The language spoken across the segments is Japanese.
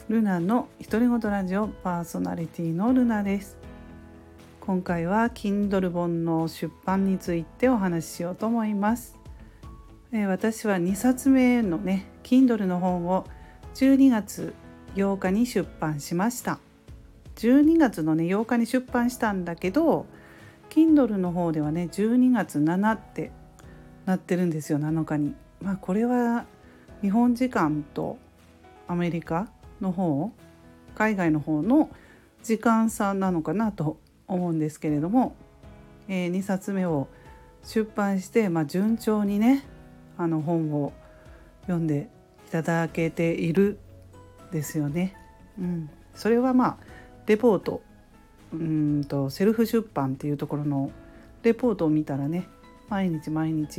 ルナの独り言ラジオパーソナリティのルナです。今回は Kindle 本の出版についてお話ししようと思います。私は2冊目のね Kindle の本を12月8日に出版しました。12月のね8日に出版したんだけど Kindle の方ではね12月7ってなってるんですよ。7日に。これは日本時間とアメリカの方、海外の方の時間差なのかなと思うんですけれども、2冊目を出版して、順調にね本を読んでいただけているですよね。それはレポートセルフ出版っていうところのレポートを見たらね毎日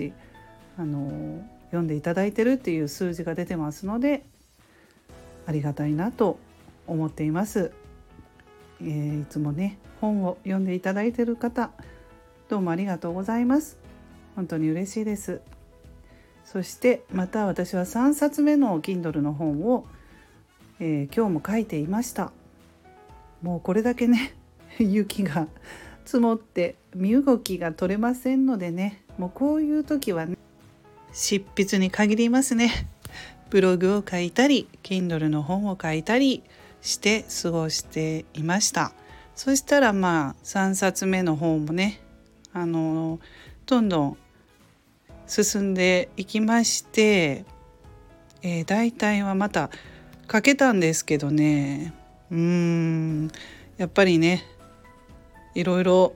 読んでいただいてるっていう数字が出てますのでありがたいなと思っています。いつもね本を読んでいただいている方どうもありがとうございます。本当に嬉しいです。そしてまた私は3冊目の Kindle の本を、今日も書いていました。もうこれだけね雪が積もって身動きが取れませんのでね、もうこういう時はね執筆に限りますね。ブログを書いたり Kindle の本を書いたりして過ごしていました。そしたら3冊目の本もねどんどん進んでいきまして、だいたいはまた書けたんですけどね、やっぱりねいろいろ、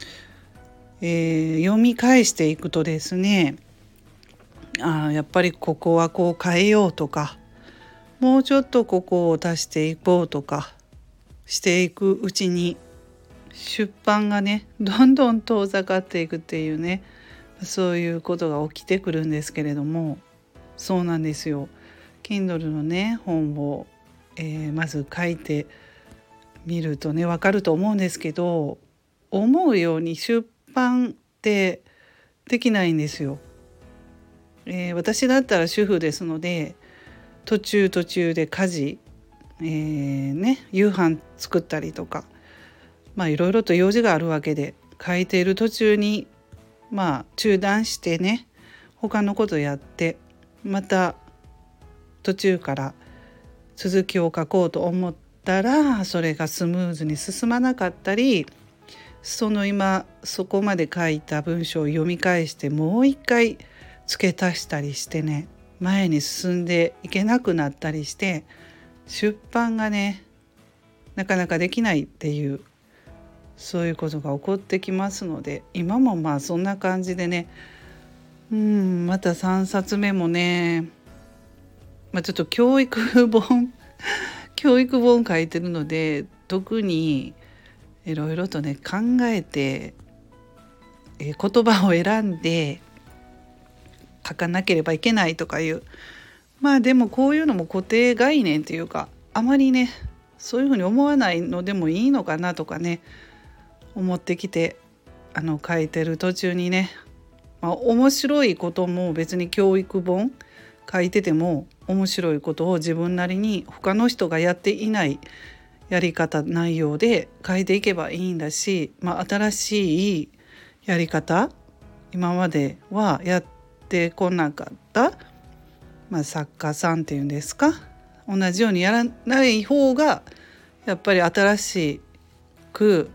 読み返していくとですね、やっぱりここはこう変えようとか、もうちょっとここを足していこうとかしていくうちに出版がねどんどん遠ざかっていくっていうね、そういうことが起きてくるんですけれども、そうなんですよ。 Kindle のね本を、まず書いてみるとね分かると思うんですけど、思うように出版ってできないんですよ。私だったら主婦ですので途中で家事、夕飯作ったりとかいろいろと用事があるわけで、書いている途中に中断してね他のことやってまた途中から続きを書こうと思ったらそれがスムーズに進まなかったり、今そこまで書いた文章を読み返してもう一回付け足したりしてね前に進んでいけなくなったりして出版がねなかなかできないっていうそういうことが起こってきますので、今もそんな感じでねまた3冊目もねちょっと教育本書いてるので特にいろいろとね考えて、言葉を選んで書かなければいけないとかいうでもこういうのも固定概念というかあまりねそういうふうに思わないのでもいいのかなとかね思ってきて書いてる途中にね、面白いことも別に教育本書いてても面白いことを自分なりに他の人がやっていないやり方内容で書いていけばいいんだし、新しいやり方今まではやってこなかった、作家さんっていうんですか、同じようにやらない方がやっぱり新しく、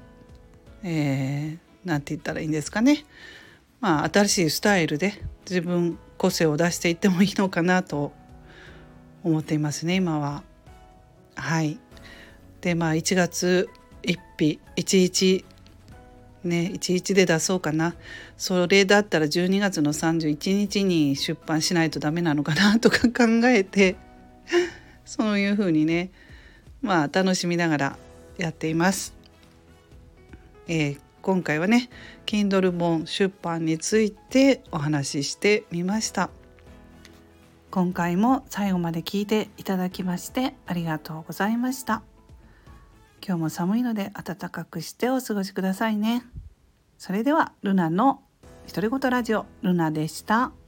なんて言ったらいいんですかね、新しいスタイルで自分個性を出していってもいいのかなと思っていますね今は。はい。で1月1日11で出そうかな。それだったら12月の31日に出版しないとダメなのかなとか考えてそういうふうにね楽しみながらやっています。今回はね Kindle 本出版についてお話ししてみました。今回も最後まで聞いていただきましてありがとうございました。今日も寒いので暖かくしてお過ごしくださいね。それではルナの独り言ラジオルナでした。